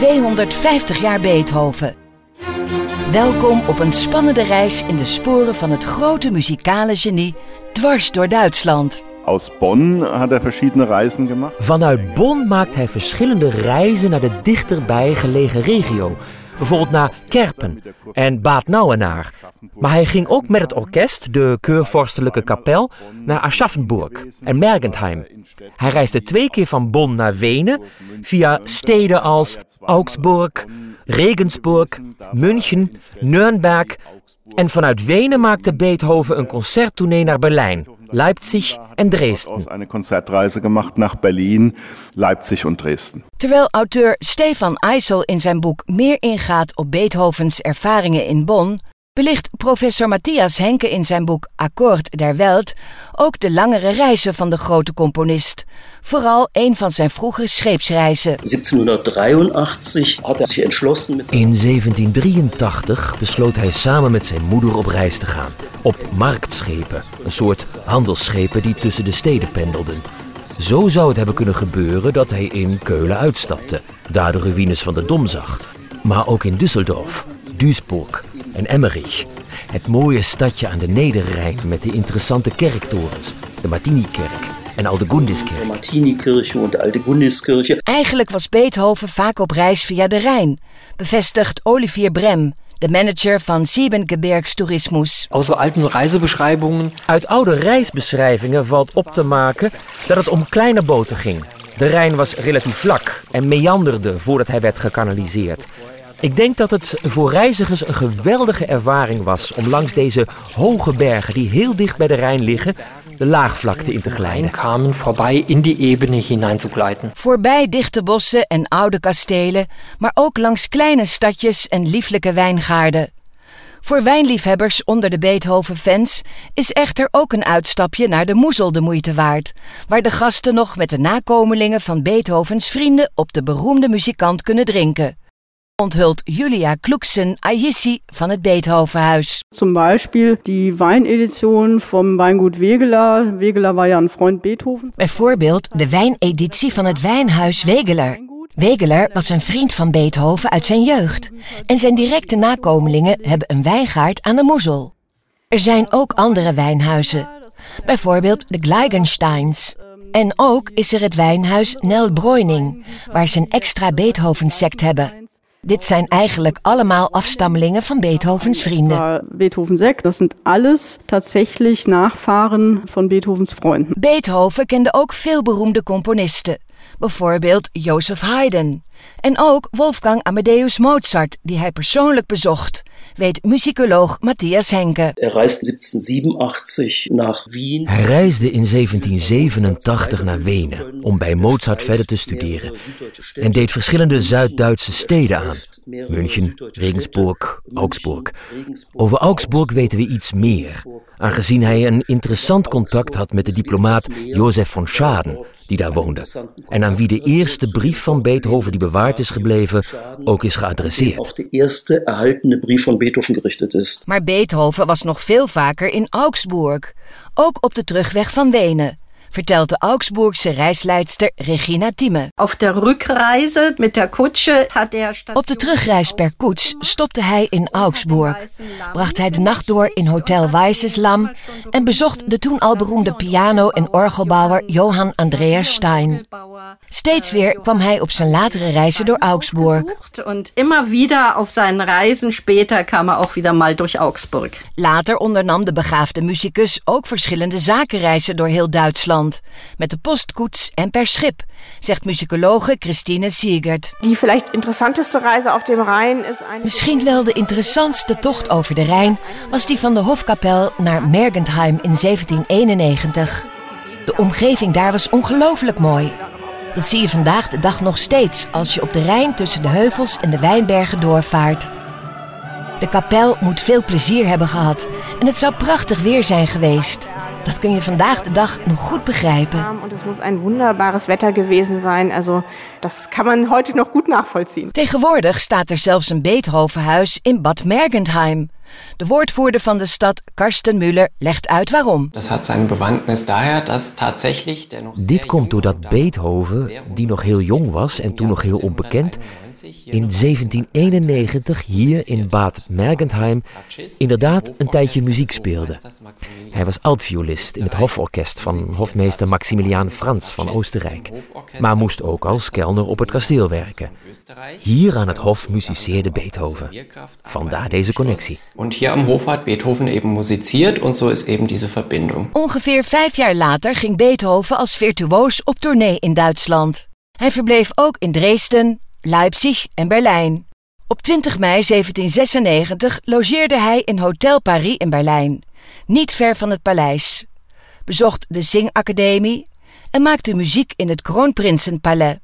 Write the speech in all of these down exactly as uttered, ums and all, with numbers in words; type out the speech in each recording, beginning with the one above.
tweehonderdvijftig jaar Beethoven. Welkom op een spannende reis in de sporen van het grote muzikale genie dwars door Duitsland. Aus Bonn had hij verschillende reizen gemaakt. Vanuit Bonn maakt hij verschillende reizen naar de dichterbij gelegen regio. Bijvoorbeeld naar Kerpen en Bad Nauenaar. Maar hij ging ook met het orkest, de keurvorstelijke kapel, naar Aschaffenburg en Mergentheim. Hij reisde twee keer van Bonn naar Wenen via steden als Augsburg, Regensburg, München, Nürnberg. En vanuit Wenen maakte Beethoven een concerttournee naar Berlijn, Leipzig en Dresden. Een concertreise gemaakt naar Berlin, Leipzig en Dresden. Terwijl auteur Stefan Eisel in zijn boek meer ingaat op Beethovens ervaringen in Bonn, belicht professor Matthias Henke in zijn boek Akkord der Welt ook de langere reizen van de grote componist. Vooral een van zijn vroege scheepsreizen. zeventienhonderddreiundachtzig had hij zich entschlossen met... In zeventien drieëntachtig besloot hij samen met zijn moeder op reis te gaan. Op marktschepen, een soort handelsschepen die tussen de steden pendelden. Zo zou het hebben kunnen gebeuren dat hij in Keulen uitstapte, daar de ruïnes van de Dom zag. Maar ook in Düsseldorf, Duisburg en Emmerich. Het mooie stadje aan de Nederrijn met de interessante kerktorens, de Martinikerk en Aldegundiskerk. De Martinikirche en de Aldegundiskerke. Eigenlijk was Beethoven vaak op reis via de Rijn, bevestigt Olivier Brem, de manager van Siebengebirgstourismus. Aus alten Reisebeschreibungen. Uit oude reisbeschrijvingen valt op te maken dat het om kleine boten ging. De Rijn was relatief vlak en meanderde voordat hij werd gekanaliseerd. Ik denk dat het voor reizigers een geweldige ervaring was om langs deze hoge bergen die heel dicht bij de Rijn liggen, de laagvlakte in te glijden. Kamen voorbij in die ebene hinein te glijden. Voorbij dichte bossen en oude kastelen, maar ook langs kleine stadjes en lieflijke wijngaarden. Voor wijnliefhebbers onder de Beethoven-fans is echter ook een uitstapje naar de Moezel de moeite waard, waar de gasten nog met de nakomelingen van Beethovens vrienden op de beroemde muzikant kunnen drinken. Onthult Julia Kluxen-Ayissi van het Beethovenhuis. Zum Beispiel die Weinedition vom Weingut Wegeler. Wegeler was ja een vriend Beethovens. Bijvoorbeeld de wijneditie van het wijnhuis Wegeler. Wegeler was een vriend van Beethoven uit zijn jeugd. En zijn directe nakomelingen hebben een wijngaard aan de Moezel. Er zijn ook andere wijnhuizen. Bijvoorbeeld de Gleigensteins. En ook is er het wijnhuis Nel Breuning, waar ze een extra Beethoven-sect hebben. Dit zijn eigenlijk allemaal afstammelingen van Beethovens vrienden. Beethoven-sect, dat zijn alles tatsächlich Nachfahren van Beethovens vrienden. Beethoven kende ook veel beroemde componisten. Bijvoorbeeld Joseph Haydn. En ook Wolfgang Amadeus Mozart, die hij persoonlijk bezocht, weet muzikoloog Matthias Henke. Hij reisde zeventien zevenenachtzig naar Wien. Hij reisde in zeventien zevenentachtig naar Wenen om bij Mozart verder te studeren en deed verschillende Zuid-Duitse steden aan. München, Regensburg, Augsburg. Over Augsburg weten we iets meer, aangezien hij een interessant contact had met de diplomaat Joseph von Schaden, die daar woonde, en aan wie de eerste brief van Beethoven die bewaard is gebleven ook is geadresseerd. Ook de eerste erhaltene brief van Beethoven gerichtet is. Maar Beethoven was nog veel vaker in Augsburg, ook op de terugweg van Wenen, vertelt de Augsburgse reisleidster Regina Thieme. Op de rückreise met de Kutsche had er... Op de terugreis per koets stopte hij in Augsburg, bracht hij de nacht door in Hotel Weisseslam en bezocht de toen al beroemde piano- en orgelbouwer Johann Andreas Stein. Steeds weer kwam hij op zijn latere reizen door Augsburg. En immer wieder op zijn reizen später kwam hij ook weer mal door Augsburg. Later ondernam de begaafde muzikus ook verschillende zakenreizen door heel Duitsland. Met de postkoets en per schip, zegt muzikologe Christine Siegert. Die vielleicht interessanteste reise op de Rijn is een... Misschien wel de interessantste tocht over de Rijn was die van de Hofkapel naar Mergentheim in zeventien eenennegentig. De omgeving daar was ongelooflijk mooi. Dat zie je vandaag de dag nog steeds als je op de Rijn tussen de heuvels en de wijnbergen doorvaart. De kapel moet veel plezier hebben gehad en het zou prachtig weer zijn geweest. Dat kun je vandaag de dag nog goed begrijpen. En het moet een wunderbares Wetter gewesen zijn. Also, dat kan man heute nog goed nachvollziehen. Tegenwoordig staat er zelfs een Beethovenhuis in Bad Mergentheim. De woordvoerder van de stad, Karsten Müller, legt uit waarom. Dat had zijn bewandtnis daher dat tatsächlich der nog Dit komt doordat Beethoven, die nog heel jong was en toen nog heel onbekend, in zeventien eenennegentig hier in Bad Mergentheim inderdaad een tijdje muziek speelde. Hij was altviolist in het hoforkest van hofmeester Maximilian Franz van Oostenrijk, maar moest ook als kelner op het kasteel werken. Hier aan het hof musiceerde Beethoven. Vandaar deze connectie. En hier am Hof had Beethoven eben musiziert en zo is eben deze verbinding. Ongeveer vijf jaar later ging Beethoven als virtuoos op tournee in Duitsland. Hij verbleef ook in Dresden, Leipzig en Berlijn. Op twintig mei zeventien zesennegentig logeerde hij in Hotel Paris in Berlijn, niet ver van het paleis, bezocht de Zingacademie en maakte muziek in het Kroonprinsenpaleis.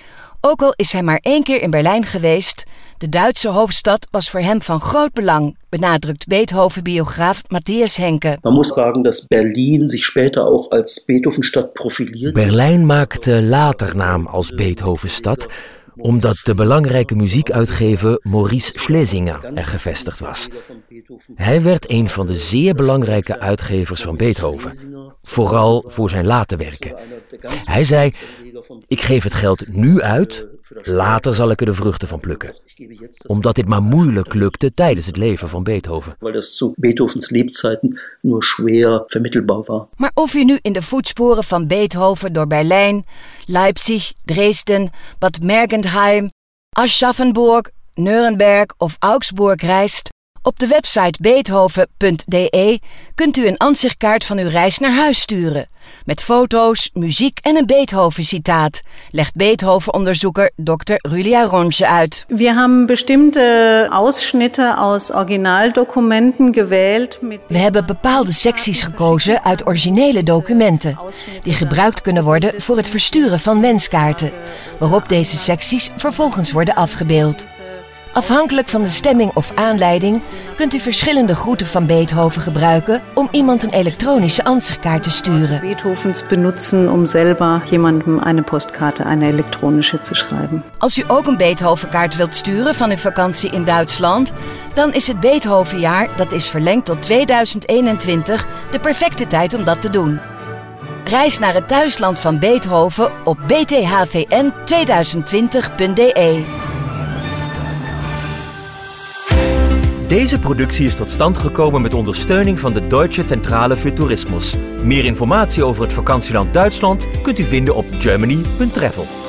Ook al is hij maar één keer in Berlijn geweest, de Duitse hoofdstad was voor hem van groot belang, benadrukt Beethoven-biograaf Matthias Henke. Man muss sagen, dass Berlin sich später auch als Beethovenstad profiliert. Berlijn maakte later naam als Beethovenstad, omdat de belangrijke muziekuitgever Maurice Schlesinger er gevestigd was. Hij werd een van de zeer belangrijke uitgevers van Beethoven, vooral voor zijn late werken. Hij zei, ik geef het geld nu uit, later zal ik er de vruchten van plukken. Omdat dit maar moeilijk lukte tijdens het leven van Beethoven. Weil das zu Beethovens Lebzeiten nur schwer vermittelbar war. Maar of u nu in de voetsporen van Beethoven door Berlijn, Leipzig, Dresden, Bad Mergentheim, Aschaffenburg, Nuremberg of Augsburg reist, op de website beethoven punt d e kunt u een ansichtkaart van uw reis naar huis sturen. Met foto's, muziek en een Beethoven-citaat, legt Beethoven-onderzoeker dokter Julia Ronche uit. We hebben bestimmte Ausschnitte aus Originaldocumenten gewählt. We hebben bepaalde secties gekozen uit originele documenten, die gebruikt kunnen worden voor het versturen van wenskaarten, waarop deze secties vervolgens worden afgebeeld. Afhankelijk van de stemming of aanleiding kunt u verschillende groeten van Beethoven gebruiken om iemand een elektronische ansichtkaart te sturen. Beethovens benutzen, om selber jemandem eine Postkarte, eine elektronische te schrijven. Als u ook een Beethovenkaart wilt sturen van uw vakantie in Duitsland, dan is het Beethovenjaar, dat is verlengd tot tweeduizend eenentwintig, de perfecte tijd om dat te doen. Reis naar het thuisland van Beethoven op b t h v n tweeduizend twintig punt d e. Deze productie is tot stand gekomen met ondersteuning van de Deutsche Zentrale für Tourismus. Meer informatie over het vakantieland Duitsland kunt u vinden op germany punt travel.